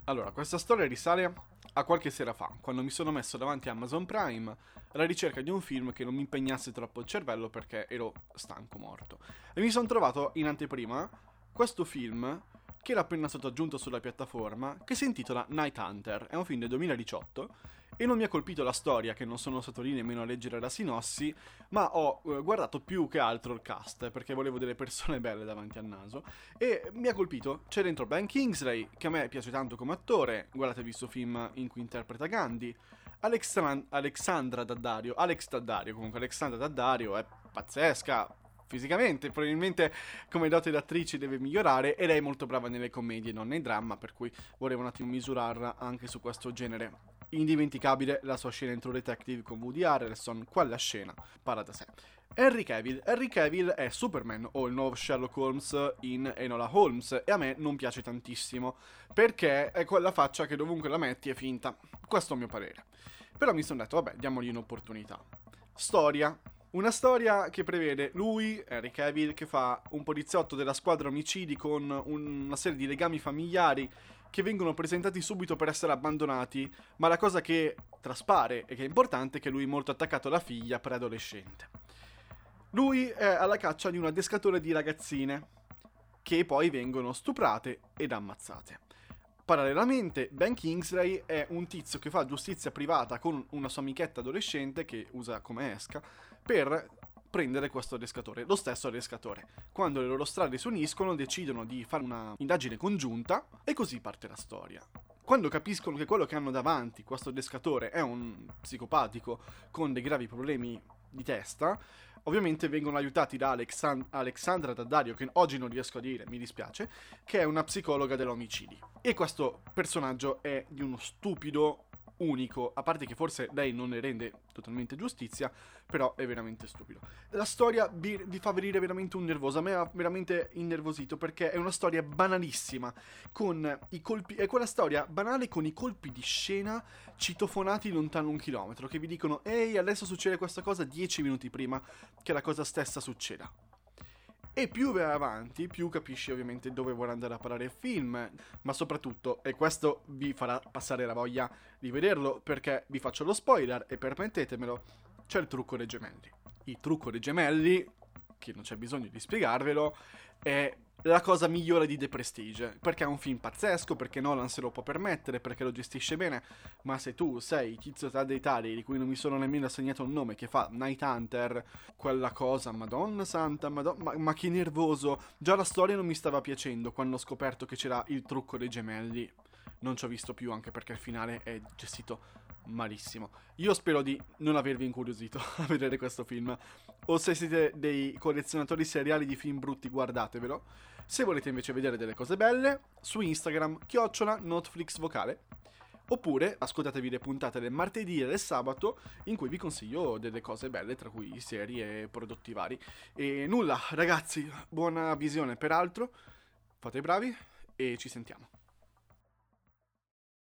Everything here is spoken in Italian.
Allora, questa storia risale a qualche sera fa, quando mi sono messo davanti a Amazon Prime alla ricerca di un film che non mi impegnasse troppo il cervello perché ero stanco morto. E mi sono trovato in anteprima questo film che era appena stato aggiunto sulla piattaforma, che si intitola Night Hunter. È un film del 2018 e non mi ha colpito la storia, che non sono stato lì nemmeno a leggere la sinossi, ma ho guardato più che altro il cast, perché volevo delle persone belle davanti al naso. E mi ha colpito, c'è dentro Ben Kingsley, che a me piace tanto come attore, guardatevi questo film in cui interpreta Gandhi, Alexandra Daddario, Alexandra Daddario è pazzesca, fisicamente, probabilmente come dote d'attrice deve migliorare, e lei è molto brava nelle commedie, non nei dramma, per cui volevo un attimo misurarla anche su questo genere. Indimenticabile la sua scena in True Detective con Woody Harrelson, quella scena parla da sé. Henry Cavill è Superman o il nuovo Sherlock Holmes in Enola Holmes, e a me non piace tantissimo perché è quella faccia che dovunque la metti è finta. Questo è il mio parere. Però mi sono detto, vabbè, diamogli un'opportunità. Storia. Una storia che prevede lui, Henry Cavill, che fa un poliziotto della squadra omicidi con una serie di legami familiari che vengono presentati subito per essere abbandonati, ma la cosa che traspare e che è importante è che lui è molto attaccato alla figlia preadolescente. Lui è alla caccia di un adescatore di ragazzine che poi vengono stuprate ed ammazzate. Parallelamente, Ben Kingsley è un tizio che fa giustizia privata con una sua amichetta adolescente che usa come esca per prendere questo adescatore, lo stesso adescatore. Quando le loro strade si uniscono, decidono di fare una indagine congiunta e così parte la storia. Quando capiscono che quello che hanno davanti, questo adescatore, è un psicopatico con dei gravi problemi di testa, ovviamente vengono aiutati da Alexandra Daddario, che oggi non riesco a dire, mi dispiace, che è una psicologa dell'omicidi. E questo personaggio è di uno stupido unico, a parte che forse lei non ne rende totalmente giustizia, però è veramente stupido. La storia vi fa venire veramente un nervoso, a me ha veramente innervosito perché è una storia banalissima, con i colpi, è quella storia banale con i colpi di scena citofonati lontano 1 chilometro, che vi dicono ehi adesso succede questa cosa 10 minuti prima che la cosa stessa succeda. E più vai avanti, più capisci ovviamente dove vuole andare a parare il film, ma soprattutto, e questo vi farà passare la voglia di vederlo perché vi faccio lo spoiler e permettetemelo, c'è il trucco dei gemelli. Il trucco dei gemelli, che non c'è bisogno di spiegarvelo, è la cosa migliore di The Prestige, perché è un film pazzesco, perché Nolan se lo può permettere, perché lo gestisce bene, ma se tu sei Tizio dei Tali, di cui non mi sono nemmeno assegnato un nome, che fa Night Hunter, quella cosa, madonna santa, ma che nervoso, già la storia non mi stava piacendo quando ho scoperto che c'era il trucco dei gemelli, non ci ho visto più anche perché il finale è gestito malissimo. Io spero di non avervi incuriosito a vedere questo film, o se siete dei collezionatori seriali di film brutti guardatevelo. Se volete invece vedere delle cose belle, su Instagram @notflixvocale, oppure ascoltatevi le puntate del martedì e del sabato in cui vi consiglio delle cose belle, tra cui serie e prodotti vari. E nulla ragazzi, buona visione peraltro, fate i bravi e ci sentiamo.